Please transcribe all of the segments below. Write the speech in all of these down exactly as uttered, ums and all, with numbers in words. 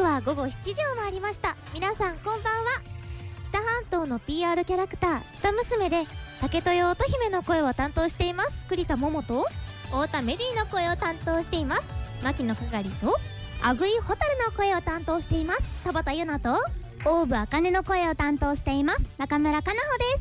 は午後しちじを回りました。皆さんこんばんは。知多半島の ピーアール キャラクター知多娘で竹豊乙姫の声を担当しています栗田桃と太田メリーの声を担当しています牧野かがりとあぐいホタルの声を担当しています田畑ゆなと大部あかねの声を担当しています中村かなほです。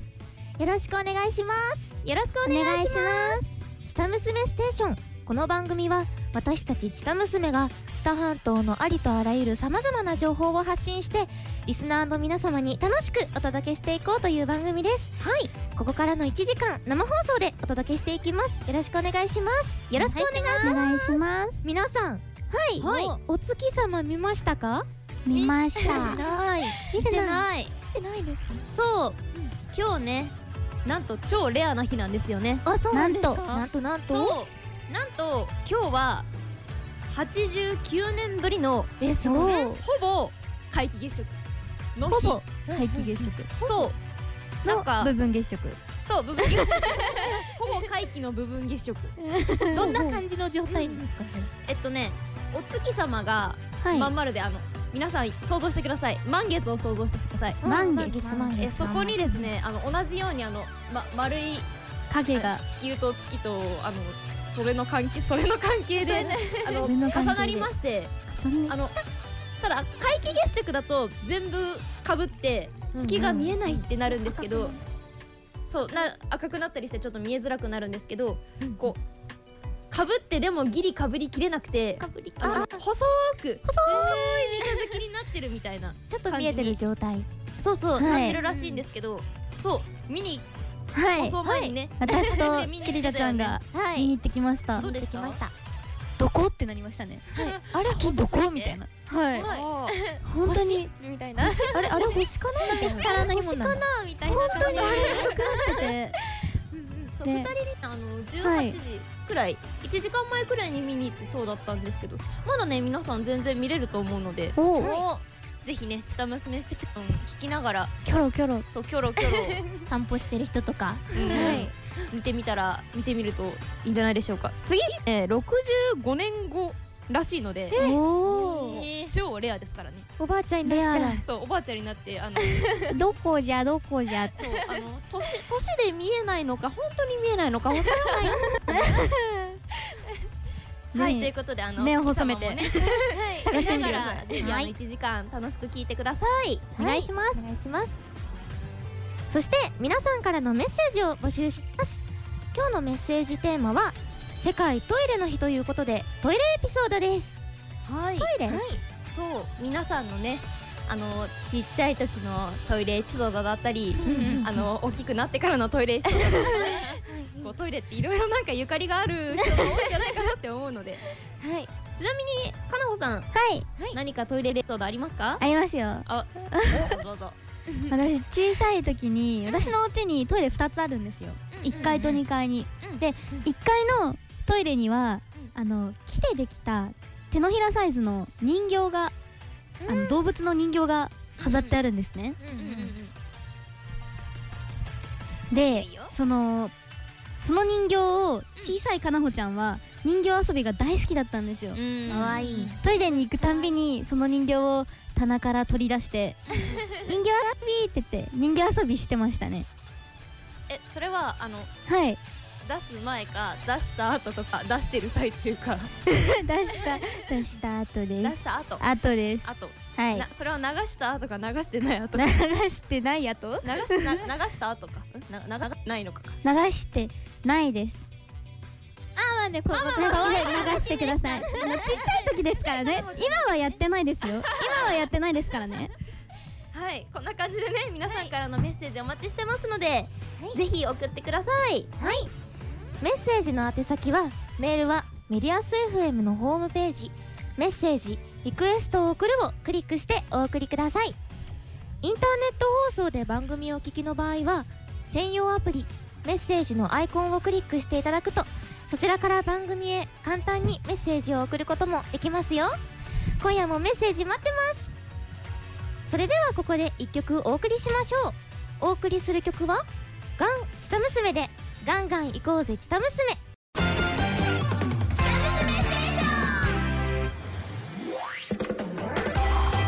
よろしくお願いします。 よろしくお願いします。 知多娘ステーション。この番組は私たち知多娘が知多半島のありとあらゆるさまざまな情報を発信してリスナーの皆様に楽しくお届けしていこうという番組です。はい、ここからのいちじかん生放送でお届けしていきます。よろしくお願いします。 よろしくお願いします。 お願いします。 皆さん、はい、はい、お月様見ましたか？ 見ました。 見てない。 見てない。 見てないですか？そう、うん、今日ね、なんと超レアな日なんですよね。 あ、そうなんですか？ なんとなんとそうなんと今日ははちじゅうきゅうねんぶりのえすごいほぼ皆既月食の日。 ほぼ皆既月食そうなんか部分月食そう部分月食ほぼ皆既の部分月食どんな感じの状態ですか？ えっとねお月様がまん丸で、あの皆さん想像してください。満月を想像してください。 満月えそこにですねあの同じようにあの、ま、丸い影が地球と月とあのそれの関係それの関係であの重なりましてあのただ皆既月食だと全部かぶって月が見えないってなるんですけど、そうな赤くなったりしてちょっと見えづらくなるんですけど、こうかぶってでもギリかぶりきれなくてあの細く細い三日月になってるみたいなちょっと見えてる状態そうそうなってるらしいんですけど、そう見にはい放送前にね私とキリタちゃんが見に行ってきました。 どうでした？ どこってなりましたね。 あれ月どこみたいな。はい本当にみたいなあれあれ星かなみたいな星から何もなみたいな本当にあれすごくなっててそうふたりであのじゅうはちじくらいいちじかんまえくらいに見に行ってそうだったんですけど、まだね皆さん全然見れると思うのでぜひね知多娘ステーション聞きながらキョロキョロそうキョロキョロ散歩してる人とか見てみたら見てみるといいんじゃないでしょうか。次ろくじゅうごねんごらしいので超レアですからね。 おばあちゃんになっちゃう。 そうおばあちゃんになってあのどこじゃどこじゃそうあの年年で見えないのか本当に見えないのかわからないはいということであの目を細めて探してみてください。ぜひあのいちじかん楽しく聞いてください。 お願いします。お願いします。そして皆さんからのメッセージを募集します。今日のメッセージテーマは世界トイレの日ということでトイレエピソードです。 はいトイレ、はい、 そう皆さんのねあのちっちゃい時のトイレエピソードだったりあの大きくなってからのトイレエピソードだったりこうトイレっていろいろなんかゆかりがある人が多いんじゃないかなって思うのではい、ちなみにかなほさんはい何かトイレエピソードありますか？ ありますよ。 あどうぞ私小さい時に私のお家にトイレふたつあるんですよ。いっかいとにかいにでいっかいのトイレにはあの木でできた手のひらサイズの人形があの動物の人形が飾ってあるんですね。でそのその人形を小さいかなほちゃんは人形遊びが大好きだったんですよ。 かわいい。 トイレに行くたんびにその人形を棚から取り出して人形遊びって言って人形遊びしてましたね。 えそれはあのはい出す前か出した後とか出してる最中か出した出した後です。 出した後後です後はいなそれは流した後か流してない後か流してない後流しな流した後かな流ないのか流してないです。 あまあねこう可愛い流してください。あのちっちゃい時ですからね。今はやってないですよ。今はやってないですからね。 はいこんな感じでね皆さんからのメッセージお待ちしてますので、はい、ぜひ送ってください。 はいメッセージの宛先はメールはメディアス エフエム のホームページメッセージリクエストを送るをクリックしてお送りください。インターネット放送で番組をお聞きの場合は専用アプリメッセージのアイコンをクリックしていただくとそちらから番組へ簡単にメッセージを送ることもできますよ。今夜もメッセージ待ってます。それではここでいっきょくお送りしましょう。お送りする曲はガンチタ娘でガンガン行こうぜチタ娘。チタ娘ステーション。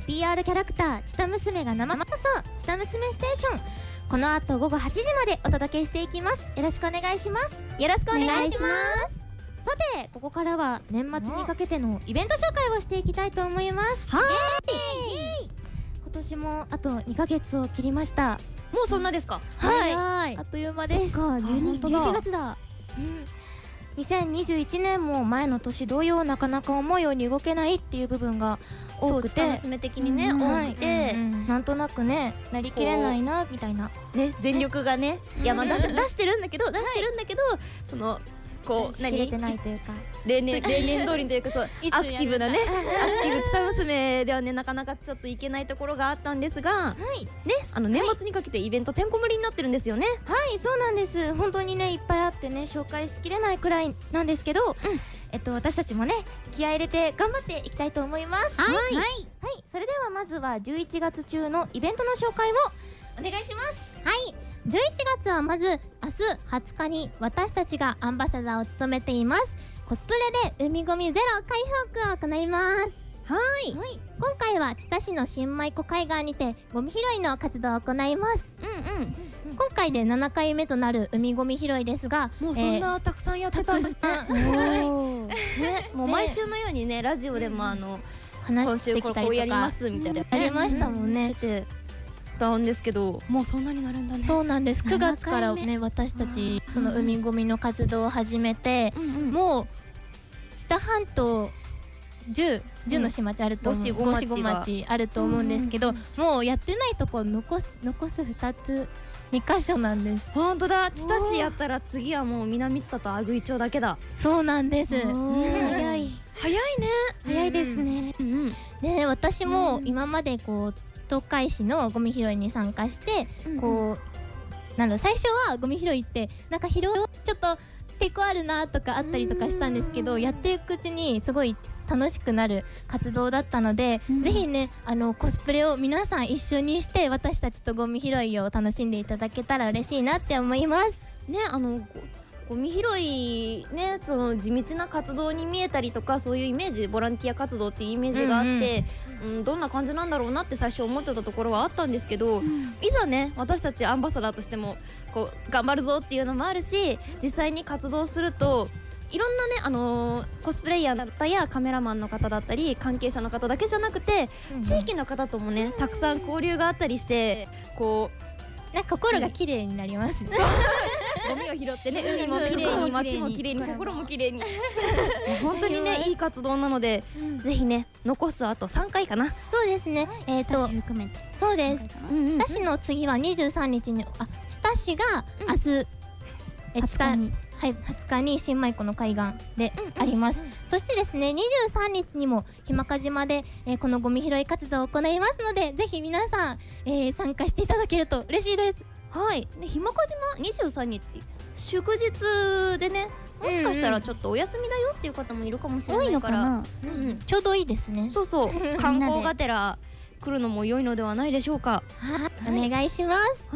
ピーアール キャラクターチタ娘が生放送チタ娘ステーション、この後午後はちじまでお届けしていきます。よろしくお願いします。 よろしくお願いします。 さてここからは年末にかけてのイベント紹介をしていきたいと思います。 はーい。今年もあとにかげつを切りました。 もうそんなですか。 はい、あっという間です。 そっか、じゅうに、じゅういちがつだ。 うん、にせんにじゅういちねんも前の年同様なかなか思うように動けないっていう部分が多くて、 チタ娘的にね、多くて、 なんとなくねなりきれないなみたいなね、全力がね、いやまあ出してるんだけど出してるんだけど、そのこう何しきれてないというか、 例年例年通りというか、そうアクティブなね、アクティブチタ娘ではねなかなかちょっといけないところがあったんですが、 はいね、あの年末にかけてイベントてんこ盛りになってるんですよね。 はい、そうなんです。本当にねいっぱいあってね紹介しきれないくらいなんですけど、うん、えっと私たちもね気合い入れて頑張っていきたいと思います。 はい、はい、 はい、それではまずはじゅういちがつ中のイベントの紹介をお願いします。 はい、じゅういちがつはまず明日はつかに私たちがアンバサダーを務めていますコスプレで海ゴミゼロ開放区を行います。 はい、 はい、今回は知多市の新舞子海岸にてゴミ拾いの活動を行います。 うんうん、 今回でななかいめとなる海ゴミ拾いですが、 もうそんなたくさんやってたんですね。もう毎週のようにねラジオでもあの話してきたりとかやりますみたいなありましたもんね。 出てたんですけど、もうそんなになるんだね。 そうなんです。くがつからね私たちその海ゴミの活動を始めて、もう知多半島じゅう、じゅうの市町あると思う、ごしご町あると思うんですけど、もうやってないとこ残す残すふたつにかしょなんです。 本当だ、知多市やったら次はもう南知多と阿久井町だけだ。 そうなんです。 早い早いね。 早いですね。 で私も今までこう東海市のゴミ拾いに参加して、こうなんだ最初はゴミ拾いってなんか拾うちょっと抵抗あるなとかあったりとかしたんですけど、やっていくうちにすごい楽しくなる活動だったので、ぜひねあのコスプレを皆さん一緒にして私たちとゴミ拾いを楽しんでいただけたら嬉しいなって思いますね。あのゴミ拾いね、その地道な活動に見えたりとか、そういうイメージ、ボランティア活動っていうイメージがあって、うん、うんうん、どんな感じなんだろうなって最初思ってたところはあったんですけど、うん、いざね私たちアンバサダーとしてもこう頑張るぞっていうのもあるし、実際に活動するといろんなね、あのー、コスプレイヤーだったやカメラマンの方だったり関係者の方だけじゃなくて、うん、地域の方ともねたくさん交流があったりして、こうなんか心が綺麗になります。 ゴミを拾ってね、海も綺麗に街も綺麗に心も綺麗に本当にねいい活動なので、うん、ぜひね残すあとさんかいかな。 そうですね、えっとそうです。知多市の次はにじゅうさんにちに、あ知多市が明日、うん、え知多にはい、はつかに新舞子の海岸であります。そしてですねにじゅうさんにちにも日間賀島で、えー、このゴミ拾い活動を行いますので、ぜひ皆さん、えー、参加していただけると嬉しいです。 はい。で日間賀島にじゅうさんにち祝日でね、もしかしたらちょっとお休みだよっていう方もいるかもしれないから、 うんうん、ちょうどいいですね。 そうそう観光がてら来るのも良いのではないでしょうか。 はい、お願いします。 はい。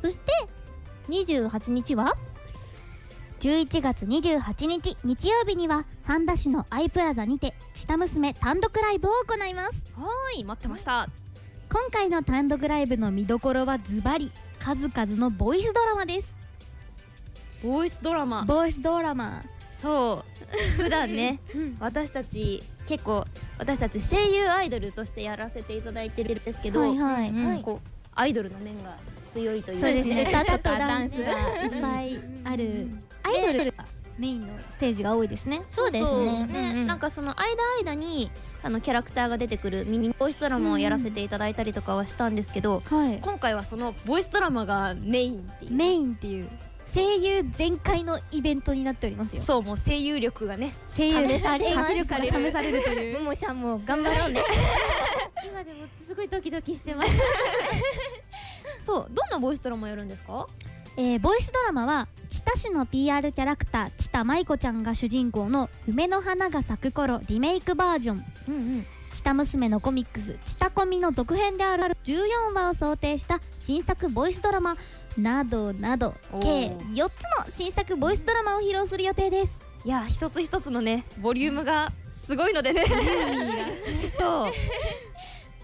そしてにじゅうはちにちはじゅういちがつにじゅうはちにち日曜日には半田市のアイプラザにて知多娘単独ライブを行います。 はい、待ってました。 今回の単独ライブの見どころはズバリ数々のボイスドラマです。 ボイスドラマボイスドラマそう普段ね、うん、私たち結構私たち声優アイドルとしてやらせていただいてるんですけど、 はいはい、 うん、こうアイドルの面が強いという、 そうですね、歌とかダンスがいっぱいあるアイドルがメインのステージが多いですね。 そうですね。 ね、うんうん、なんかその間間にあのキャラクターが出てくるミニボイスドラマをやらせていただいたりとかはしたんですけど、 うんはい、 今回はそのボイスドラマがメインっていうメインっていう声優全開のイベントになっておりますよ。 そう、もう声優力がね声優試されます。 試されるというももちゃんも頑張ろうね今でもすごいドキドキしてますそう、どんなボイスドラマやるんですか？ えー、ボイスドラマは知多市の ピーアール キャラクター知多舞子ちゃんが主人公の梅の花が咲く頃リメイクバージョン、うんうん、知多娘のコミックス知多コミの続編であるじゅうよんわを想定した新作ボイスドラマなどなど計よっつの新作ボイスドラマを披露する予定です。 いや、一つ一つのねボリュームがすごいのでねそう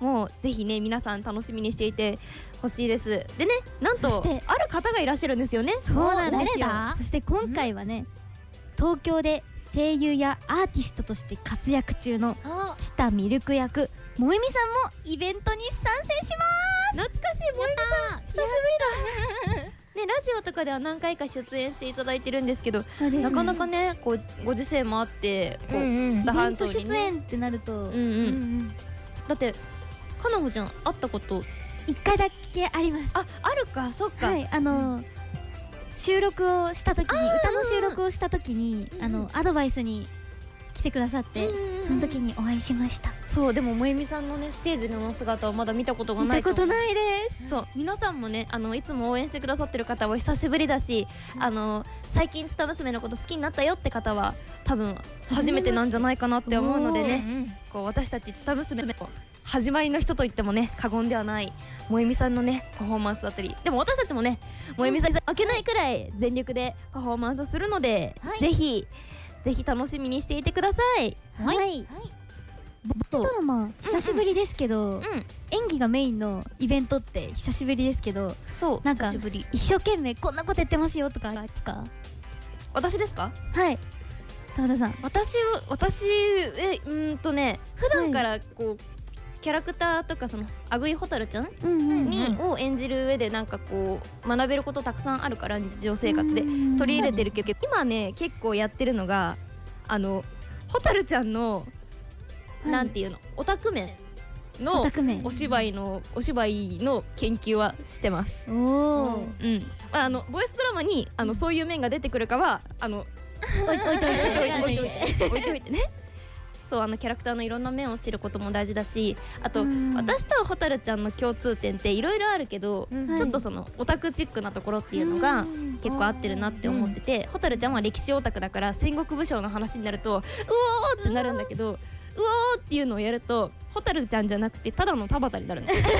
もうぜひね皆さん楽しみにしていてほしいです。でね、なんとそしてある方がいらっしゃるんですよね。 そうなんですよ。 誰だそして今回はね、東京で声優やアーティストとして活躍中のあチタミルク役もえみさんもイベントに参戦しま懐かしいもえみさん、久しぶりだね、ラジオとかでは何回か出演していただいてるんですけど、 す。 なかなかねこうご時世もあってこう、 うんうん知多半島イベントにね、 出演ってなると、 うんうんうんうんだってかなほちゃん会ったこと一回だけあります。 ああるか、そっか、 はい、あのー収録をした時に歌の収録をした時にうんうんあのアドバイスに来てくださって、その時にお会いしました。 そう、でももえみさんのねステージでの姿はまだ見たことが見ないと思う。 たことないです。 そう、皆さんもねあのいつも応援してくださってる方は久しぶりだし、あの最近チタ娘のこと好きになったよって方は多分初めてなんじゃないかなって思うのでね、こう私たちチタ娘の始まりの人といってもね過言ではないもえみさんのねパフォーマンスだったり、でも私たちもねもえみさんに負けないくらい全力でパフォーマンスをするので、 はいぜひぜひ楽しみにしていてください。 はい。 はいドラマ久しぶりですけど、 うん、 演技がメインのイベントって久しぶりですけど、 そう、 なんか久しぶり。 一生懸命こんなことやってますよとかありますか？ 私ですか？ はい。田田さん。 私は私えうーんとね普段からこう、キャラクターとかそのあぐいほたるちゃんうんうんに、を演じる上でなんかこう学べることたくさんあるから日常生活で取り入れてるけど、今ね結構やってるのがあのほたるちゃんの、 はいなんていうのオタク面オのタク面。 お芝居のお芝居の研究はしてます。 おお。 うん、あのボイスドラマにあのそういう面が出てくるかはあの置いといて置いといて置いとい置いといて。 て置いといてね。そう、あのキャラクターのいろんな面を知ることも大事だし、あとうん私とほたるちゃんの共通点っていろいろあるけど、 はいちょっとそのオタクチックなところっていうのが結構合ってるなって思ってて、ほたるちゃんは歴史オタクだから戦国武将の話になるとうおーってなるんだけど、うおーっていうのをやるとほたるちゃんじゃなくてただの田畑になるんですよ。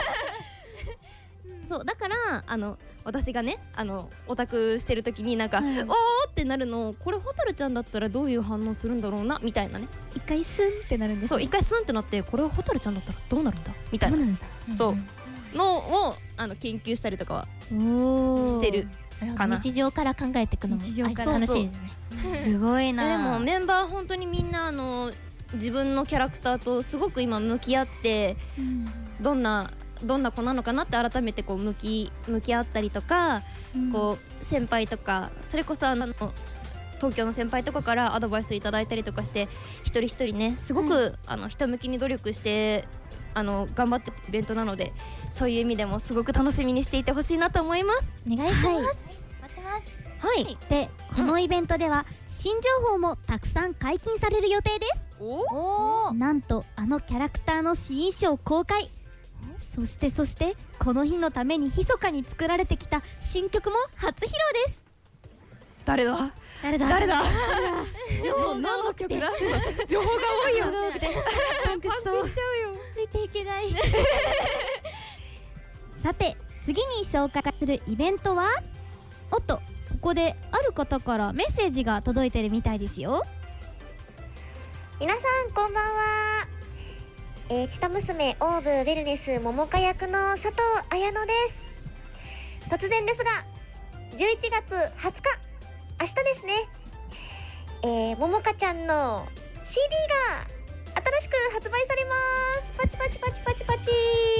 そうだからあの私がねあのオタクしてる時になんか、 はいおーってなるのこれホタルちゃんだったらどういう反応するんだろうなみたいなね。 一回スンってなるんですね。 そう一回スンってなってこれはホタルちゃんだったらどうなるんだみたいなそうなんだ。 そうのをあの研究したりとかはおお。 してる。かな日常から考えていくのも日常から楽しいですね。 すごいでな。 もメンバー本当にみんなあの自分のキャラクターとすごく今向き合ってうんどんなどんな子なのかなって改めてこう向き向き合ったりとか、こう先輩とかそれこそあの東京の先輩とかからアドバイスいただいたりとかして一人一人ねすごく、 はあのひたむきに努力してあの頑張ってるイベントなので、そういう意味でもすごく楽しみにしていてほしいなと思います。 お願いします。 はい待ってます。 はい。 で、このイベントでは新情報もたくさん解禁される予定です。 おおなんとあのキャラクターの新衣装公開。そしてそしてこの日のために密かに作られてきた新曲も初披露です。 誰だ誰だ誰だ情報が何の曲だ情報が多いよ。 情報が多くてパンクしそう。 しちゃうよ。 ついていけないさて次に紹介するイベントは、おっとここである方からメッセージが届いてるみたいですよ。 皆さんこんばんは、えー、チタ娘オーブウェルネス桃花役の佐藤綾乃です。突然ですがじゅういちがつはつか明日ですね、えー、桃花ちゃんの シーディー が新しく発売されます。パチパチパチパチパチ、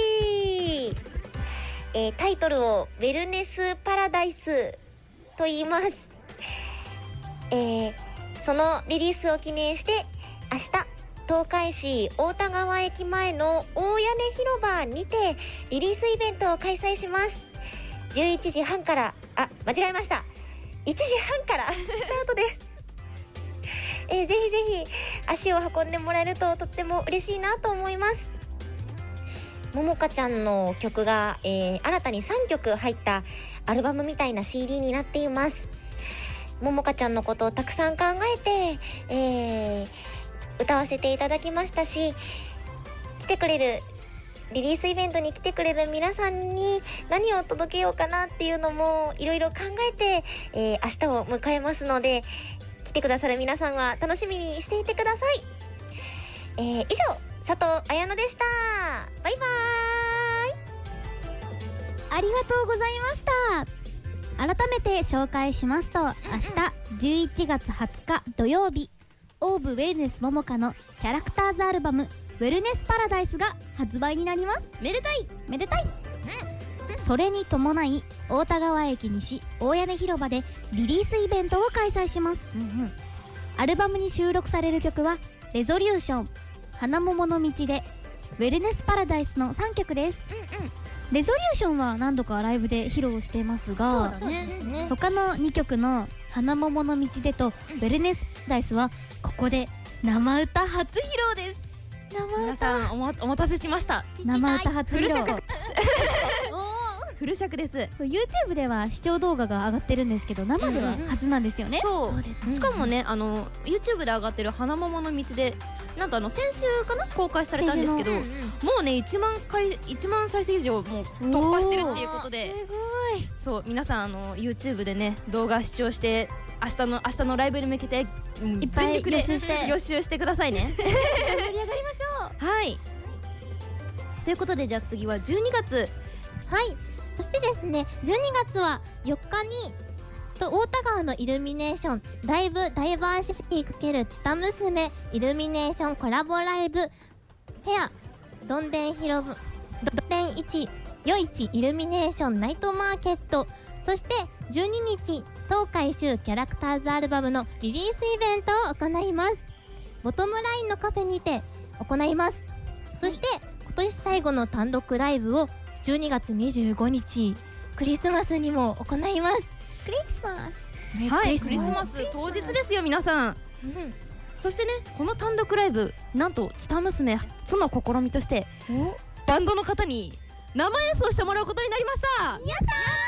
えー、タイトルをウェルネスパラダイスと言います。えー、そのリリースを記念して明日東海市太田川駅前の大屋根広場にてリリースイベントを開催します。じゅういちじはんから、あ、間違えました、いちじはんからスタートですえー、ぜひぜひ足を運んでもらえるととっても嬉しいなと思います。ももかちゃんの曲が、えー、新たにさんきょく入ったアルバムみたいな シーディー になっています。ももかちゃんのことをたくさん考えて、えー、歌わせていただきましたし、来てくれるリリースイベントに来てくれる皆さんに何を届けようかなっていうのもいろいろ考えて、えー、明日を迎えますので、来てくださる皆さんは楽しみにしていてください。えー、以上、 佐藤彩乃でした。バイバーイ。 ありがとうございました。改めて紹介しますと、明日じゅういちがつはつか土曜日、オーブウェルネスももかのキャラクターズアルバムウェルネスパラダイスが発売になります。 めでたいめでたい、うん、それに伴い大田川駅西大屋根広場でリリースイベントを開催します、うんうん、アルバムに収録される曲はレゾリューション、花桃の道で、ウェルネスパラダイスのさんきょくです、うんうん、レゾリューションは何度かライブで披露していますが、 そうだね、 他のにきょくの花桃の道でとウェルネスパラダイスはここで生歌初披露です。生歌皆さんおもお待たせしました。 生歌初披露フル尺です。 そう YouTube では視聴動画が上がってるんですけど、生では初なんですよね。 そう、しかもね、あの YouTube で上がってる花桃の道でなんとあの先週かな公開されたんですけど、もうねいちまんかいいちまんさいせい以上もう突破してるっていうことで、 すごい。 そう皆さんあの YouTube でね動画視聴して明日の明日のライブに向けて、うん、 いっぱい全力で予習して予習してくださいね。 盛り上がりましょう。 はい。ということでじゃあ次はじゅうにがつ。 はい、そしてですねじゅうにがつはよっかにと大田川のイルミネーションライブダイバーシティ×チタ娘イルミネーションコラボライブフェアどんでん広場どんでん一夜市イルミネーションナイトマーケット、そしてじゅうににち東海州キャラクターズアルバムのリリースイベントを行います。ボトムラインのカフェにて行います。そして今年最後の単独ライブをじゅうにがつにじゅうごにちクリスマスにも行います。 クリスマス、 はい、クリスマス当日ですよ皆さん、うん、そしてねこの単独ライブなんとチタ娘初の試みとしてバンドの方に生演奏してもらうことになりました。やった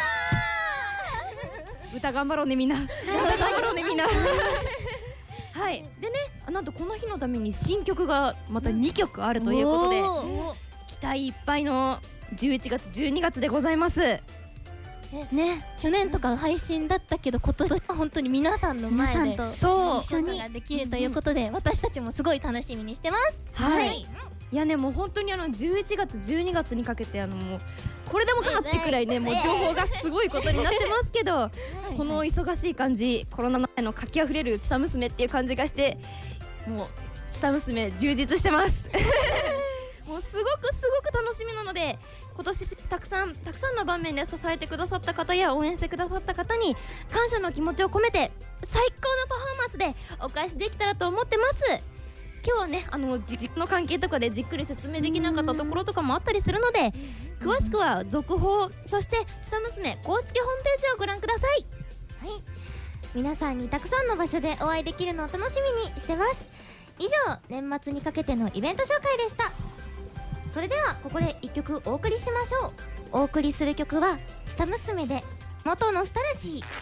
ー歌頑張ろうねみんな歌頑張ろうねみんなはい。でねなんとこの日のために新曲がまたにきょくあるということで期待いっぱいのじゅういちがつじゅうにがつでございます。 ね、去年とか配信だったけど今年は本当に皆さんの前で皆さんとそう一緒にができるということで、私たちもすごい楽しみにしてます。 はい、いやねもう本当にあのじゅういちがつじゅうにがつにかけてあのもうこれでもかってくらいねもう情報がすごいことになってますけどこの忙しい感じコロナ前の活気あふれるチタ娘っていう感じがしてもうチタ娘充実してますもうすごくすごく楽しみなので今年たくさんたくさんの場面で支えてくださった方や応援してくださった方に感謝の気持ちを込めて最高のパフォーマンスでお返しできたらと思ってます。今日はねあの時期の関係とかでじっくり説明できなかったところとかもあったりするので詳しくは続報そしてチタ娘公式ホームページをご覧ください。 はい、皆さんにたくさんの場所でお会いできるのを楽しみにしてます。以上年末にかけてのイベント紹介でした。それではここでいっきょくお送りしましょう。お送りする曲はチタ娘で元ノスタルジー。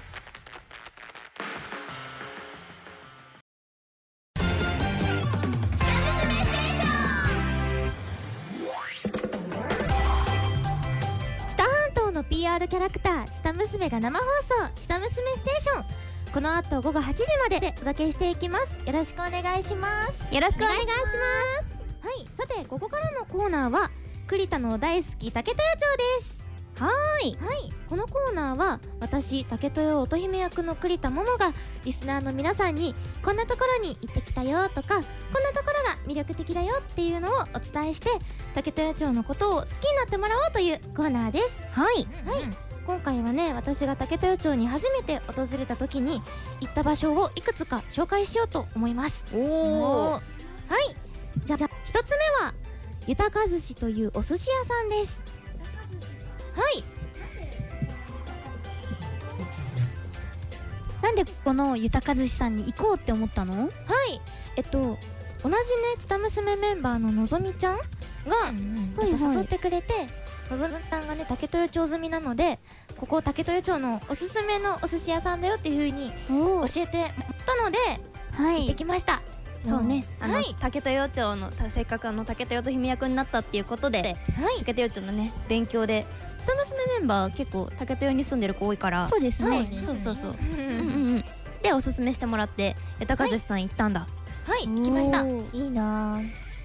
知多半島の ピーアール キャラクターチタ娘が生放送チタ娘ステーション、この後ごごはちじまででお届けしていきます。よろしくお願いします。 よろしくお願いします。 はい、さてここからのコーナーは栗田の大好き竹豊町です。 はーい、 はい、このコーナーは私竹豊乙姫役の栗田桃がリスナーの皆さんにこんなところに行ってきたよとかこんなところが魅力的だよっていうのをお伝えして竹豊町のことを好きになってもらおうというコーナーです。 はい、 はい、今回はね私が竹豊町に初めて訪れた時に行った場所をいくつか紹介しようと思います。 おお、 はい、じゃあひとつめは豊か寿司というお寿司屋さんです。はい、 なんでこの豊か寿司さんに行こうって思ったの？ はい、えっと同じねチタ娘メンバーののぞみちゃんが、 うんえっとはいはい誘ってくれて、のぞみちゃんがね竹豊町済みなのでここ竹豊町のおすすめのお寿司屋さんだよっていう風にお教えてもらったのではい行ってきました。 そうね、あの、 はい、 竹豊町のせっかくあの竹豊と姫役になったっていうことで、 はい、 竹豊町のね勉強でチタ娘メンバー結構竹豊に住んでる子多いからそうですね、 はいそうそうそううんうんうんうんでおすすめしてもらって豊か寿司さん行ったんだ。 はい、行きました。 おーいいな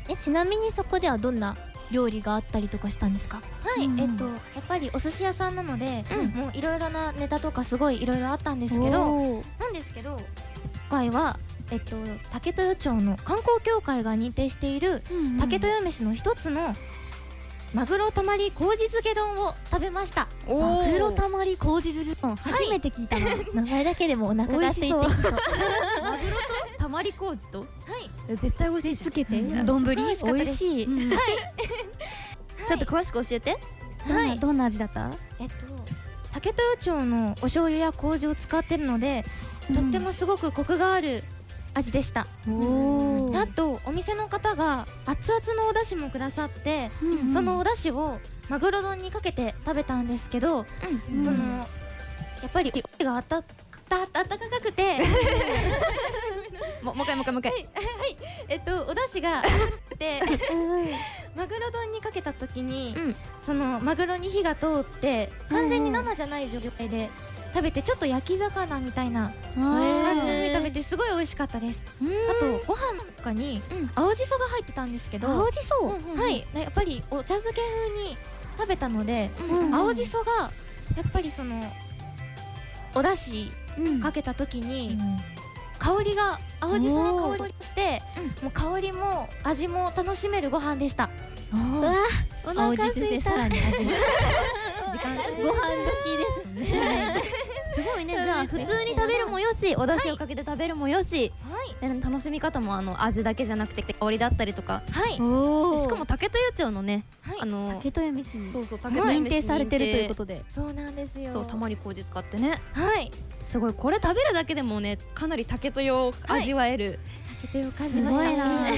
えちなみにそこではどんな料理があったりとかしたんですか？ はい、 うんえっとやっぱりお寿司屋さんなので、 うんもういろいろなネタとかすごいいろいろあったんですけど、 おーなんですけど今回はえっと竹豊町の観光協会が認定している竹豊飯の一つのマグロたまり麹漬け丼を食べました。 マグロたまり麹漬け丼初めて聞いたな。 名前だけでもお腹が空いてきそう。 マグロとたまり麹と、 はい絶対美味しいし。 つけてうん丼美すごい美味しかったです味しい。 うんちょっと詳しく教えて。 どんはないどんな味だった？ えっと竹豊町のお醤油や麹を使ってるので、とってもすごくコクがある味でした。 おーあとお店の方が熱々のお出汁もくださって、 うんそのお出汁をマグロ丼にかけて食べたんですけど、 うんそのやっぱりお湯があったたあったかくてももう一回もう一回もう一回。 えっとお出汁がでマグロ丼にかけた時に、 うんそのマグロに火が通って完全に生じゃない状態で食べて、ちょっと焼き魚みたいな感じで食べてすごい美味しかったです。あとご飯の中にうん青じそが入ってたんですけど、 青じそ。 はいやっぱりお茶漬け風に食べたので、 うん青じそがやっぱりそのお出汁うんかけた時に香りが青じその香りがして、もう香りも味も楽しめるご飯でした。 青じつでさらに味がご飯時ですね。 すごいね。じゃあ普通に食べるもよし、お出汁をかけて食べるもよし、 はいで楽しみ方もあの味だけじゃなくて香りだったりとか。 はいおーしかも竹豊町のね、 はいあの竹豊飯にそうそう竹豊飯認定されてるということで。 そうなんですよ。 そうたまり麹使ってね。 はいすごいこれ食べるだけでもねかなり竹豊を味わえる。 竹手を感じました。 すごいなはい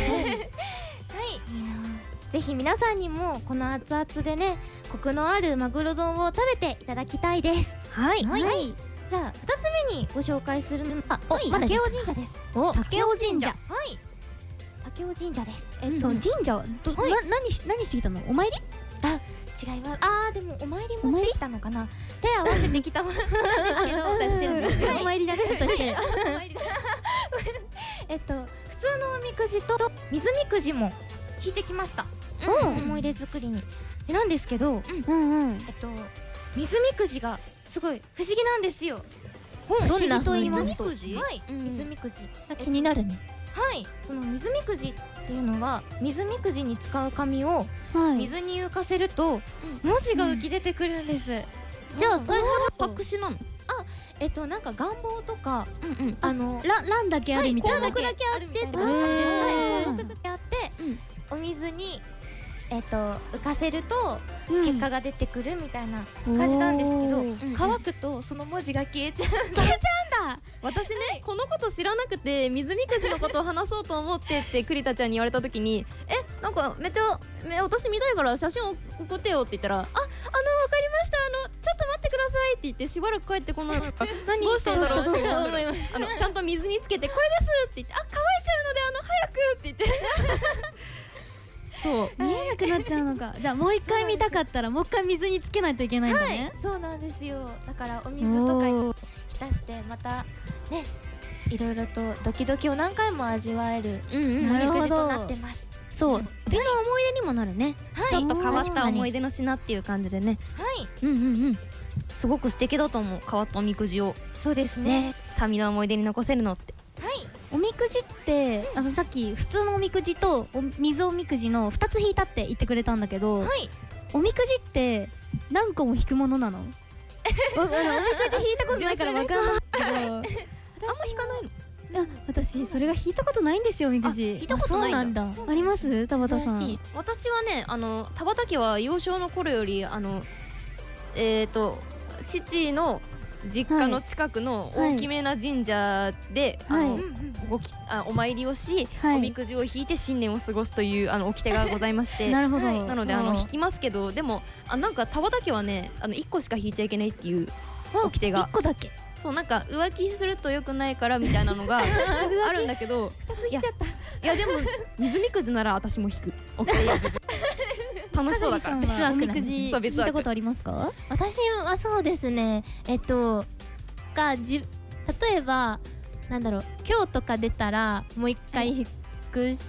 ぜひ皆さんにもこの熱々でねコクのあるマグロ丼を食べていただきたいです。 はい。 はいじゃあふたつめにご紹介するのははいまだ竹尾神社です。 お竹尾神社。 はい竹尾神社です。えっとそう神社はどはいな何し何してきたの？お参り？ 違います。あーでもお参りもしてきたのかな。手合わせてきたものなんですけど下してるんですねお参りだちょっとしてる。 お参りだえっと普通のおみくじと水みくじも引いてきました。 うん思い出作りに。でなんですけど、 うんうん。 えっと水みくじがすごい不思議なんですよ。 どんなと言いますと水みくじはい、 うん水みくじ。 気になるね。 はい、その水みくじっていうのは水みくじに使う紙をはい。 水に浮かせると文字が浮き出てくるんです。 じゃあ最初は白紙なの？ えっとなんか願望とかうんうん。 あのラランだけあるみたいな。 項目だけあるみたいな。 へーはい、項目だけあってうんお水にえっと浮かせるとうん結果が出てくるみたいな感じなんですけど、 おーうん乾くとその文字が消えちゃう。 私ねこのこと知らなくて水みくじのことを話そうと思ってって栗田ちゃんに言われた時に「えなんかめっちゃめ私見たいから写真を送ってよ」って言ったら「ああのわかりましたあのちょっと待ってください」って言ってしばらく帰ってこないから何どうしたんだろうどうしたって思いましたあのちゃんと水につけて「これです」って言って「あ乾いちゃうのであの早く」って言ってそう見えなくなっちゃうのか。じゃあもう一回見たかったらもう一回水につけないといけないんだね。 そうなんですよ。だからお水とかにおー浸してまたねいろいろとドキドキを何回も味わえるうんうんなるほどおみくじとなってます。 そう美の思い出にもなるねはいちょっと変わっ確かにた思い出の品っていう感じでねはいうんうんうんすごく素敵だと思う変わったおみくじをそうですね。 ね旅の思い出に残せるのっておみくじってあのさっき普通のおみくじとお水おみくじのふたつ引いたって言ってくれたんだけど、 はいおみくじって何個も引くものなの？わあのおみくじ引いたことないからわかんないけど。 あんま引かないのいや私それが引いたことないんですよおみくじ。 あ引いたことないんだあそうなんだ。あります田畑さん。 珍しい私はねあの田畑家は幼少の頃よりあのえっ、ー、と父の実家の近くの大きめな神社で、 はいあのごきあお参りをし、 はいおみくじを引いて新年を過ごすというあの掟がございましてなるほど。 なのであのうん引きますけどでもあなんか田畑家はねあのいっこしか引いちゃいけないっていう掟が一個だけ。 そうなんか浮気すると良くないからみたいなのがあるんだけど引いちゃった。 いやでも水みくじなら私も引く掟楽しそうだから香取さんはおみくじそう引い別枠たことありますか？ 私はそうですねえっとがじ例えばなんだろう今日とか出たらもう一回引くし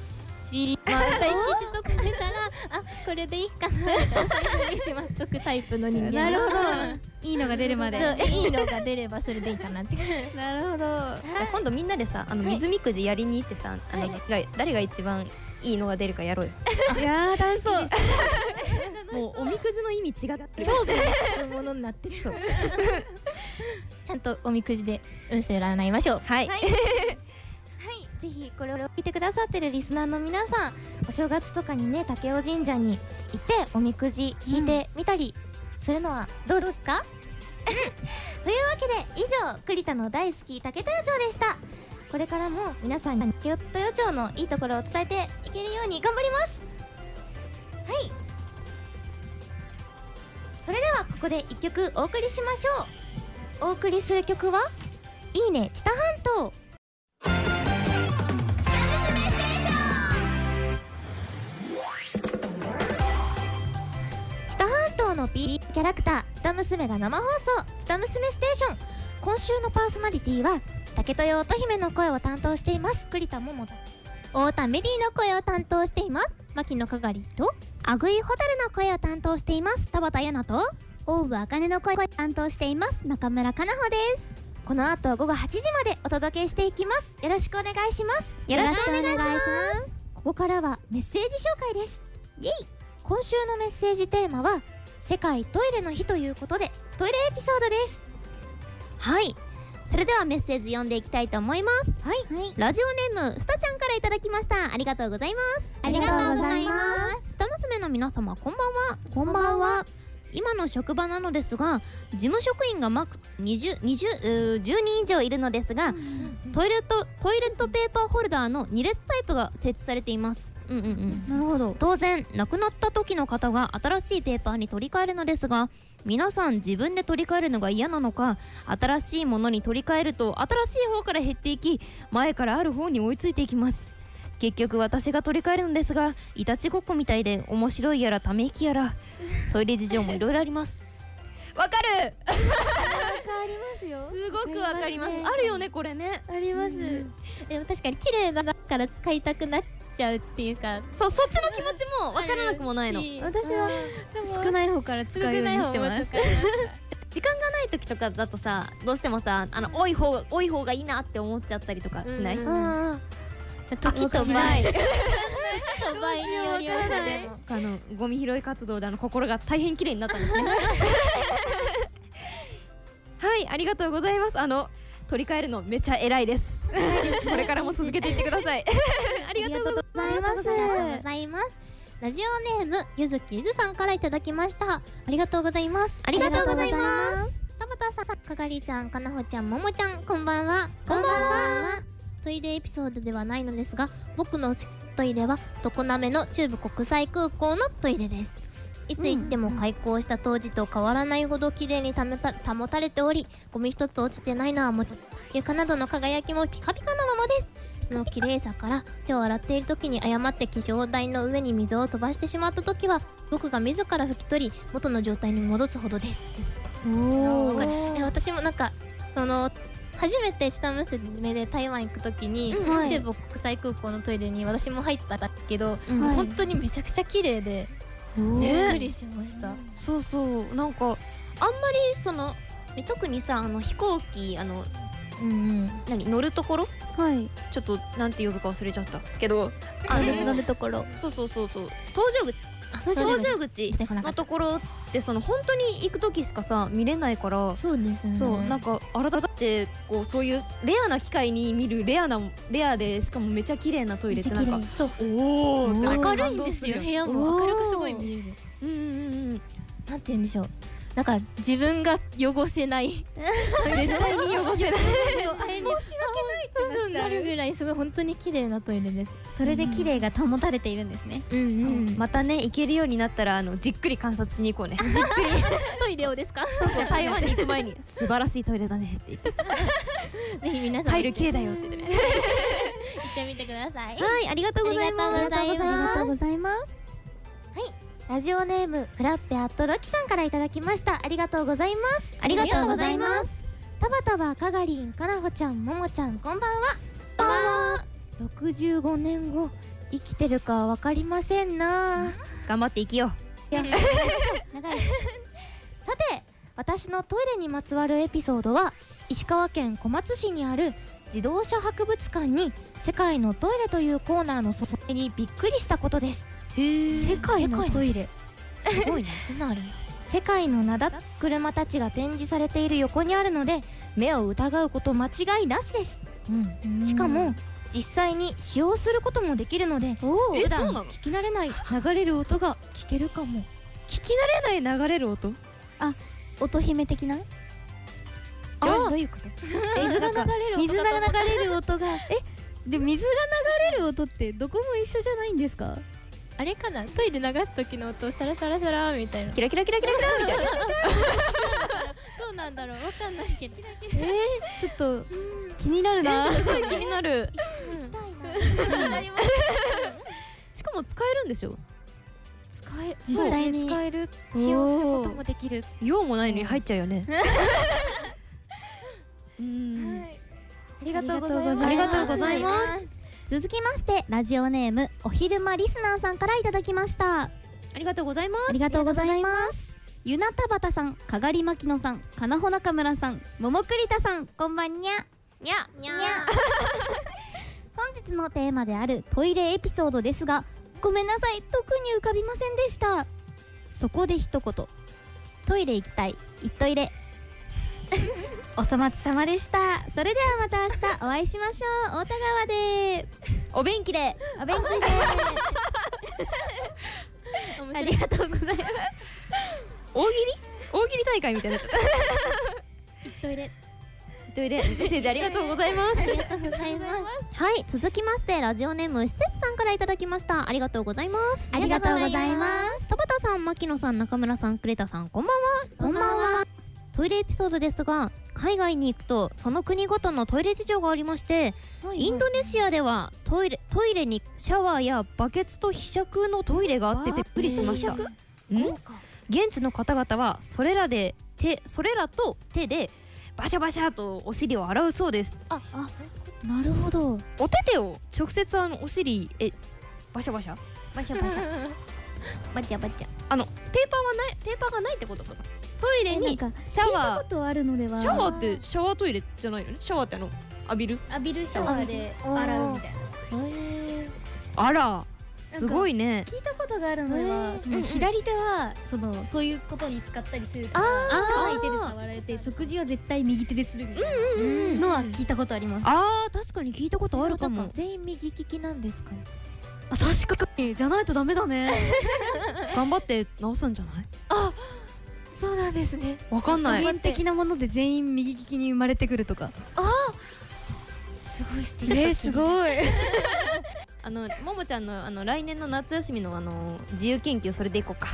しまあ大吉とか出たらあこれでいいかなみたいなそういう風にしまっとくタイプの人間なるほどいいのが出るまでそういいのが出ればそれでいいかなってなるほどじゃあ今度みんなでさあの水みくじやりに行ってさあのが誰が一番いいのが出るかやろうよ。 いやー楽しそうもうおみくじの意味違ってる。 勝負のものになってるちゃんとおみくじで運勢占いましょう。 はいはい、ぜひこれを聞いてくださってるリスナーの皆さん、お正月とかにね武雄神社に行っておみくじ引いてみたりするのはどうですか、というわけで以上栗田の大好き竹豊町でした。これからも皆さんに竹豊町のいいところを伝えていけるように頑張ります。はい、それではここでいっきょくお送りしましょう。お送りする曲は「いいね知多半島」。知多半島の ピー キャラクター知多娘が生放送知多娘ステーション。今週のパーソナリティは竹豊乙姫の声を担当しています栗田桃太田メリーの声を担当しています牧野かがりとあぐいホタルの声を担当しています田畑彩奈と大部あかねの声を担当しています中村かなほです。 この後ごごはちじまでお届けしていきます。よろしくお願いします。 よろしくお願いします。 ここからはメッセージ紹介です。イエイ。今週のメッセージテーマは世界トイレの日ということでトイレエピソードです。 はい、それではメッセージ読んでいきたいと思います。はい、はい、ラジオネームスタちゃんからいただきました。ありがとうございます。 ありがとうございます。 スタ娘の皆様こんばんは。こんばんは。今の職場なのですが事務職員がマックにじゅう、にじゅう、じゅうにん以上いるのですが、トイレットトイレットペーパーホルダーのに列タイプが設置されています。うんうんうん。なるほど。当然亡くなった時の方が新しいペーパーに取り替えるのですが、皆さん自分で取り替えるのが嫌なのか、新しいものに取り替えると新しい方から減っていき、前からある方に追いついていきます。結局私が取り替えるのですが、いたちごっこみたいで面白いやらため息やら、トイレ事情もいろいろあります。 わかる。 わかりますよ。 すごくわかります。 ね、 あるよねこれね。 あります。 でも確かに綺麗だから使いたくなっちゃうっていうか、 そうそっちの気持ちもわからなくもないの。 私は少ない方から使うようにしてます。 時間がない時とかだとさ、どうしてもさあの多い方が多い方がいいなって思っちゃったりとかしない？ うん時と場合時と場合によりますね。 あのゴミ拾い活動であの心が大変綺麗になったんですね。はい、ありがとうございます。あの取り替えるのめちゃ偉いです。これからも続けていってください。ありがとうございます。 ありがとうございます。ラジオネームゆずきゆずさんからいただきました。ありがとうございます。 ありがとうございます。 田畑さん、かがりちゃん、かなほちゃん、ももちゃん、こんばんは。こんばんは。トイレエピソードではないのですが、僕のトイレは常滑の中部国際空港のトイレです。いつ行っても開港した当時と変わらないほど綺麗にためた保たれており、ゴミ一つ落ちてないのはもちろん、床などの輝きもピカピカなままです。その綺麗さから手を洗っている時に誤って化粧台の上に水を飛ばしてしまった時は、僕が自ら拭き取り元の状態に戻すほどです。おー、私もなんかその初めて下娘で台湾行く時に、うん、はい、中部国際空港のトイレに私も入ったんだけど、うん、はい、本当にめちゃくちゃ綺麗でびっくりしました。 そうそう、なんかあんまりその特にさ、あの飛行機あの、うんうん、何乗るところ、はい、ちょっとなんて呼ぶか忘れちゃったけど、 あの乗るところ、 そうそうそうそう、搭乗口搭乗口のところってその本当に行く時しかさ見れないから、 そうですね、 そうなんか改めてこうそういうレアな機会に見るレアなレアでしかもめちゃ綺麗なトイレってなんか、 そうおお明るいんですよ。部屋も明るくすごい見える。 うんうんうん、 なんて言うんでしょう、なんか自分が汚せない絶対に汚せない申し訳ないってなるぐらいすごい本当に綺麗なトイレです。 それで綺麗が保たれているんですね。 うんうん、またね行けるようになったらあのじっくり観察しに行こうね。じっくりトイレをですか？ そう台湾に行く前に素晴らしいトイレだねって言ってぜひ皆さんタイル綺麗だよって言ってね行ってみてください。 はい、ありがとうございます。 ありがとうございます。 はい、ラジオネームフラッペアットロキさんからいただきました。ありがとうございます。 ありがとうございます。 タバタバ、かがりん、かなほちゃん、ももちゃん、こんばんは。 こんばんは。 ろくじゅうごねんご、 生きてるかわかりませんな。 頑張って生きよう。 長いさて、私のトイレにまつわるエピソードは石川県小松市にある自動車博物館に世界のトイレというコーナーの注ぎにびっくりしたことです。 世界のトイレすごいね。そんなあるんだ。世界の名だたる車たちが展示されている横にあるので目を疑うこと間違いなしです。うん、しかも実際に使用することもできるので普段聞き慣れない流れる音が聞けるかも。 聞き慣れない流れる音？ あ、音姫的な？ あ、 どういうこと？ 水が流れる水が流れる音がえ、で水が流れる音ってどこも一緒じゃないんですか？ あれかな、トイレ流す時の音サラサラサラみたいな。 キラキラキラキラキラみたいな。 どうなんだろう、わかんないけど。 えー、ちょっと気になるな。 すごい気になる。 なります。 しかも使えるんでしょ？ 使え、 実際に使える、使用することもできる。 用もないのに入っちゃうよね。 うん、ありがとうございます。 ありがとうございます。続きましてラジオネームお昼間リスナーさんからいただきました。 ありがとうございます。 ありがとうございます。ゆなたばたさん、かがりまきのさん、かなほ中村さん、ももくりたさん、こんばんにゃにゃにゃ本日のテーマであるトイレエピソードですが、ごめんなさい、特に浮かびませんでした。そこで一言、トイレ行きたい、いっといれ。お粗末様でした。それではまた明日お会いしましょう。太田川でお便器でお便器でありがとうございます。 大喜利大喜利大会みたいになっちゃったいっといれトイレメッセージありがとうございます。 ありがとうございます。はい、続きましてラジオネーム施設さんからいただきました。ありがとうございます。 ありがとうございます。 田畑さん、牧野さん、中村さん、クレタさん、こんばんは。 こんばんは。 トイレエピソードですが、海外に行くとその国ごとのトイレ事情がありまして、インドネシアではトイレトイレにシャワーやバケツとひしゃくのトイレがあってびっくりしました。ん現地の方々はそれらで手それらと手でバシャバシャとお尻を洗うそうです。 ああ、なるほど。 お手手を直接あのお尻えバシャバシャバシャバシャバチャバチャ。 あのペーパーはないペーパーがないってことかな。トイレにシャワー、 ことあるのでは。 シャワーってシャワートイレじゃないよね。シャワーってあの浴びる浴びるシャワーで洗うみたいな。 あらすごいね。 聞いたことがあるのでは、その左手はそのそういうことに使ったりするから、乾いてる触られて、食事は絶対右手でするみたいなのは聞いたことあります。 あー確かに聞いたことあるかも。 全員右利きなんですか？ あ、確かにじゃないとダメだね。 頑張って直すんじゃない？ あ、そうなんですね。 わかんない。 一般的なもので全員右利きに生まれてくるとか。 ああ、すごい素敵。 えー、すごい。 あのももちゃんのあの来年の夏休みのあの自由研究それでいこうか。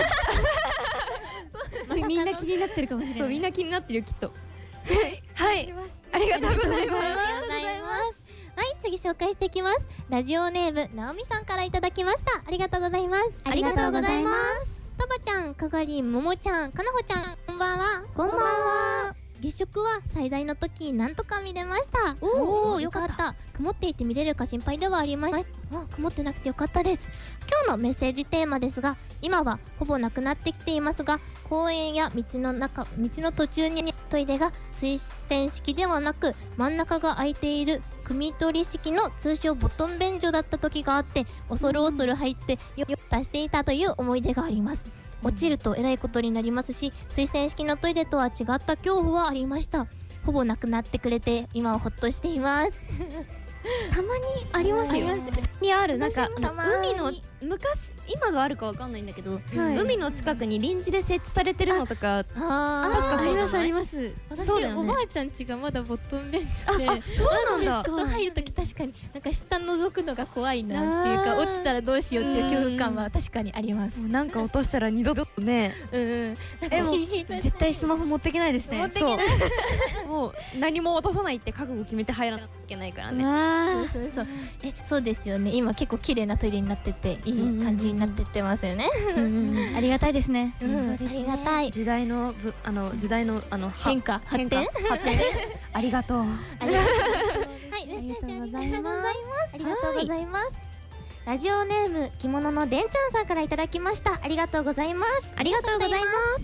みんな気になってるかもしれない。 そうみんな気になってるよきっと。はい、ありがとうございます。 ありがとうございます。はい、次紹介していきます。ラジオネームなおみさんからいただきました。ありがとうございます。 ありがとうございます。 とばちゃん、かがり、ももちゃん、かなほちゃん、こんばんは。 こんばんは。 月食は最大の時なんとか見れました。おお、よかった。曇っていて見れるか心配ではあります。あ、曇ってなくてよかったです。今日のメッセージテーマですが、今はほぼなくなってきていますが、公園や道の中、道の途中にトイレが水洗式ではなく真ん中が空いている汲み取り式の通称ボトン便所だった時があって、恐る恐る入ってよよ出していたという思い出があります。落ちるとえらいことになりますし、水洗式のトイレとは違った恐怖はありました。ほぼなくなってくれて今はほっとしています。 たまにありますよ。 にあるなんかたまーに海の昔今があるかわかんないんだけど、 はい、 海の近くに臨時で設置されてるのとか、 あ確かそうじゃない？ ありますあります。 私、 そうだよね、 おばあちゃん家がまだボトン便所で、 そうなんだ。 ちょっと入るとき確かになんか下覗くのが怖いなっていうか、落ちたらどうしようっていう恐怖感は確かにあります。 もうなんか落としたら二度とね。 うんうん。 え、もう絶対スマホ持ってけないですね。 持ってけない。 もう何も落とさないって覚悟決めて入らなきゃいけないからね。 あそうそうそう。え、そうですよね。今結構綺麗なトイレになってていい感じになってってますよね。 ありがたいですね。 うん、ありがたい。 時代のぶあの時代のあの変化発展発展ありがとう。 ありがとう。はい、メッセージありがとうございます。 ありがとうございます。 ラジオネーム着物のでんちゃんさんからいただきました。ありがとうございます。 ありがとうございます。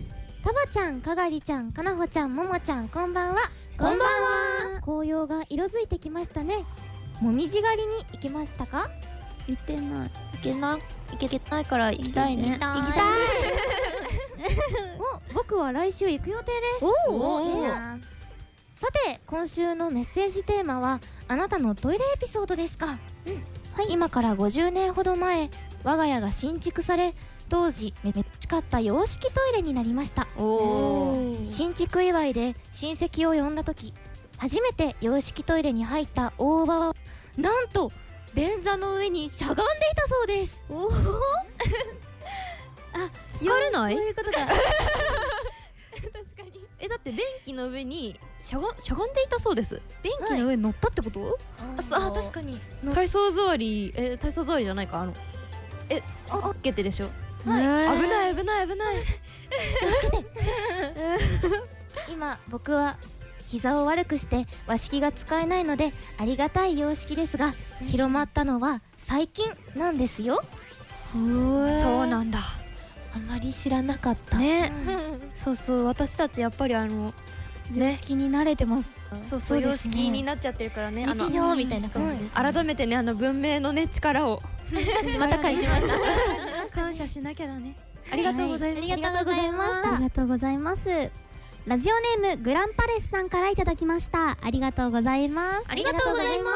たばちゃん、かがりちゃん、かなほちゃん、ももちゃん、こんばんは。 こんばんは。 紅葉が色づいてきましたね。もみじ狩りに行きましたか？ 言ってない。 行けない行けないから行きたいね。 行きたい。 行きたいお、僕は来週行く予定です。 おお、いいな。 さて、今週のメッセージテーマはあなたのトイレエピソードですか？うん、はい。今からごじゅうねんほど前、我が家が新築され、当時めっちゃかった洋式トイレになりました。 おー。 新築祝いで親戚を呼んだ時、初めて洋式トイレに入った大場はなんと便座の上にしゃがんでいたそうです。おおあ、好かれない？ そういうことか。確かに。え、だって便器の上にしゃがしゃがんでいたそうです。 便器の上に乗ったってこと？ あ、あ、確かに。 体操座り、え、体操座りじゃないか、あのえ、あっけてでしょ。 はい、 危ない危ない危ない。 今僕は膝を悪くして和式が使えないのでありがたい洋式ですが、広まったのは最近なんですよ。 そうなんだ。 あまり知らなかったね。そうそう、私たちやっぱりあの洋式に慣れてます。 そうそう、洋式になっちゃってるからね。 日常みたいな感じです。 改めてね、あの文明のね力をまた感じました。 感謝しなきゃだね。ありがとうございます。 ありがとうございました。 ありがとうございます。ラジオネームグランパレスさんからいただきました。ありがとうございます。 ありがとうございます。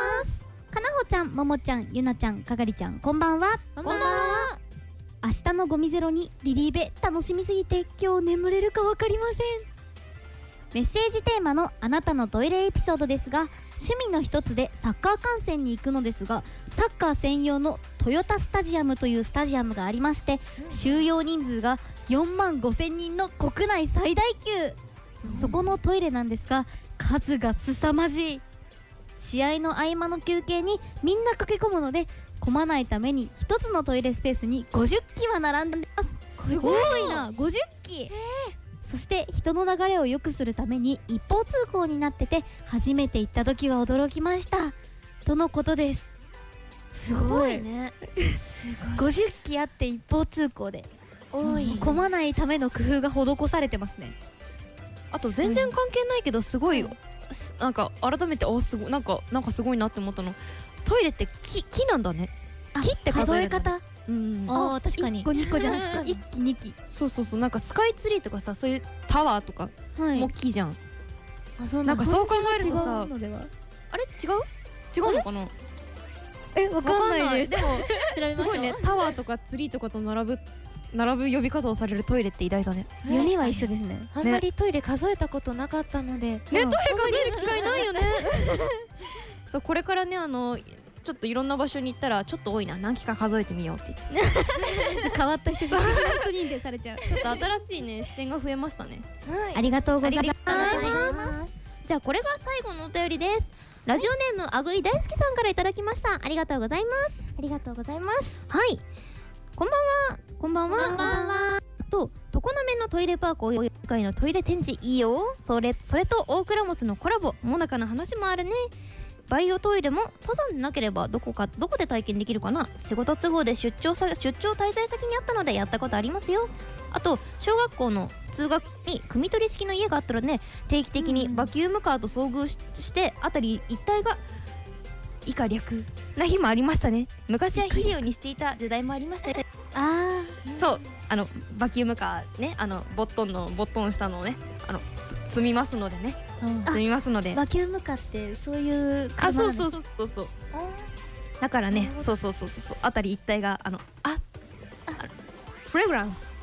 かなほちゃん、ももちゃん、ゆなちゃん、かがりちゃん、こんばんは。 こんばんは。 明日のゴミゼロにリリーベ楽しみすぎて今日眠れるかわかりません。メッセージテーマのあなたのトイレエピソードですが、趣味の一つでサッカー観戦に行くのですが、サッカー専用のトヨタスタジアムというスタジアムがありまして、収容人数がよんまんごせんにんの国内最大級、うん、そこのトイレなんですが数が凄まじい。試合の合間の休憩にみんな駆け込むので混まないために一つのトイレスペースにごじゅっきは並んでます。すごいな、ごじゅっき。そして人の流れを良くするために一方通行になってて、初めて行った時は驚きましたとのことです。すごいね。ごじゅっきあって一方通行で多い。混まないための工夫が施されてますね。 あと全然関係ないけどすごい、うん、なんか改めておすごいなんかなんかすごいなって思ったの。トイレって木木なんだね。木って数え方。うん、 ああ確かにいっこにこじゃん。いっきにき。 そうそうそう、なんかスカイツリーとかさ、そういうタワーとかも木じゃん。 あ、そうなんかそう考えるとさ、あれ違う違うのかな。 え、わかんないです。 でもすごいね、タワーとかツリーとかと並ぶ並ぶ呼び方をされるトイレって偉大だね。 よには一緒ですね。 あんまりトイレ数えたことなかったのでね、 トイレ数える機会ないよね。そう、これからね、あのちょっといろんな場所に行ったらちょっと多いな、何機か数えてみようって言って変わった人、人認定されちゃう。 ちょっと新しいね視点が増えましたね。 ありがとうございます。 じゃあこれが最後のお便りです。ラジオネームあぐい大好きさんからいただきました。ありがとうございます。 ありがとうございます。 はい、こんばんは。こんばんは。こんばんは。と常滑のトイレパークお湯会のトイレ展示いいよ。それそれと大倉持のコラボ、もなかな話もあるね。バイオトイレも登山でなければどこかどこで体験できるかな。仕事都合で出張さ出張滞在先にあったのでやったことありますよ。あと小学校の通学に汲み取り式の家があったので、定期的にバキュームカーと遭遇 し, して辺り一帯が以下略な日もありましたね。昔は肥料にしていた時代もありましたね。 ああ、そう、あのバキュームカーね、あのボットンのボットンしたのをね、あの積みますのでね、積みますので。 バキュームカーってそういうあ、そうそうそうそうそう。 だからね、そうそうそうそう、あたり一帯があのあフレグランス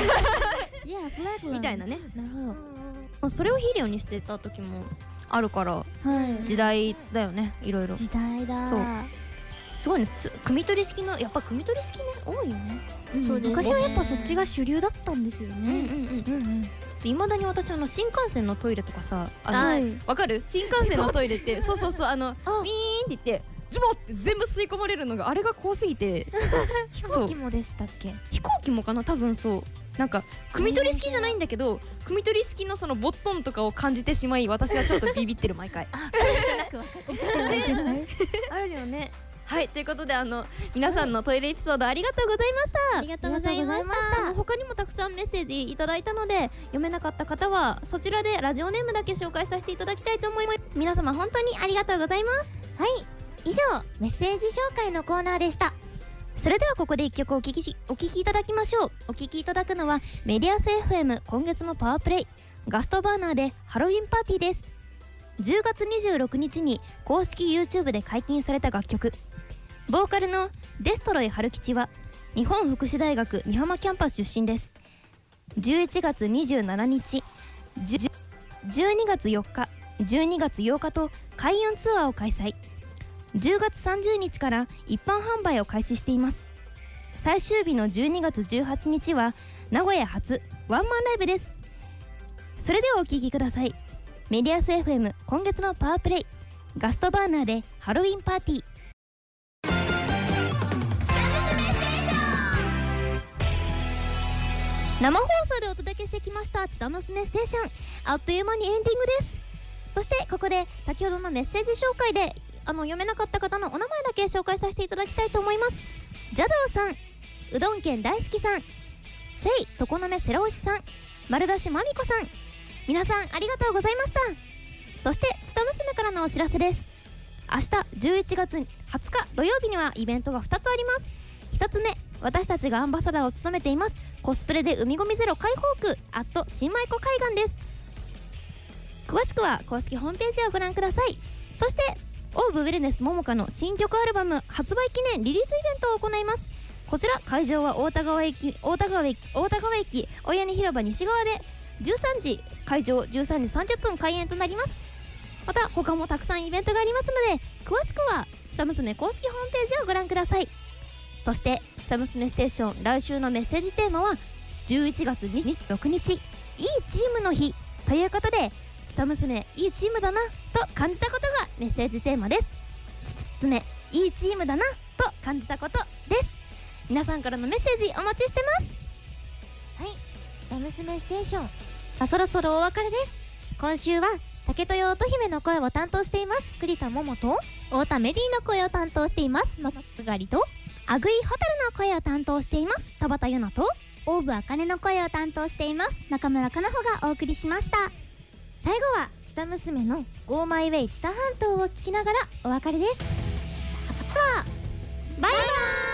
みたいなね。 なるほど。それを肥料にしてた時もあるから、時代だよね、いろいろ。 時代だ。 そう。すごいね、汲み取り式のやっぱ汲み取り式ね多いよね。 そうですね。昔はやっぱそっちが主流だったんですよね。うんうんうんうん。いまだに私あの新幹線のトイレとかさ、あのわかる？新幹線のトイレってそうそうそう、あのビーンって言ってジボって全部吸い込まれるのがあれが怖すぎて。 飛行機もでしたっけ？ 飛行機もかな、多分そう。なんか汲み取り式じゃないんだけど、汲み取り式のそのボットンとかを感じてしまい、私はちょっとビビってる毎回。 あるよね。 あるよね。 はい、ということであの皆さんのトイレエピソードありがとうございました。 ありがとうございました。 あの他にもたくさんメッセージいただいたので、読めなかった方はそちらでラジオネームだけ紹介させていただきたいと思います。皆様本当にありがとうございます。 はい、以上メッセージ紹介のコーナーでした。 それではここで一曲お聴きしお聴きいただきましょう。お聴きいただくのはメディアス エフエム 今月のパワープレイ、ガストバーナーでハロウィンパーティーです。じゅうがつにじゅうろくにちに公式 YouTube で解禁された楽曲。ボーカルのデストロイ春吉は日本福祉大学美浜キャンパス出身です。じゅういちがつにじゅうしちにち、じゅうにがつよっか、じゅうにがつようかと開運ツアーを開催。じゅうがつさんじゅうにちから一般販売を開始しています。最終日のじゅうにがつじゅうはちにちは名古屋発ワンマンライブです。それではお聴きください。メディアス エフエム 今月のパワープレイ、ガストバーナーでハロウィンパーティー。生放送でお届けしてきましたチタ娘ステーション、あっという間にエンディングです。そしてここで先ほどのメッセージ紹介であの読めなかった方のお名前だけ紹介させていただきたいと思います。ジャドーさん、うどん県大好きさん、フェイ常滑セロ推しさん、丸出しまみこさん、皆さんありがとうございました。そしてチタ娘からのお知らせです。明日じゅういちがつはつか土曜日にはイベントがふたつあります。ひとつめ、私たちがアンバサダーを務めていますコスプレで海ゴミゼロ解放区アット新米湖海岸です。詳しくは公式ホームページをご覧ください。そしてオーブウェルネスももかの新曲アルバム発売記念リリースイベントを行います。こちら会場は大田川駅大田川駅大田川駅大屋根広場西側でじゅうさんじ会場、じゅうさんじさんじゅっぷん開演となります。また他もたくさんイベントがありますので、詳しくは下娘公式ホームページをご覧ください。そして下娘ステーション、来週のメッセージテーマはじゅういちがつにじゅうろくにち、いいチームの日ということで、下娘いいチームだなと感じたことがメッセージテーマです。ちつめいいチームだなと感じたことです。皆さんからのメッセージお待ちしてます。 はい、下娘ステーション、あ、そろそろお別れです。今週は竹豊乙姫の声を担当しています栗田桃と太田メリーの声を担当しています松がりとアグイホタルの声を担当しています田畑優奈とオーブあかねの声を担当しています中村かなほがお送りしました。 最後は下娘の Go My Way 知多半島を聞きながらお別れです。ささあバイバーイ。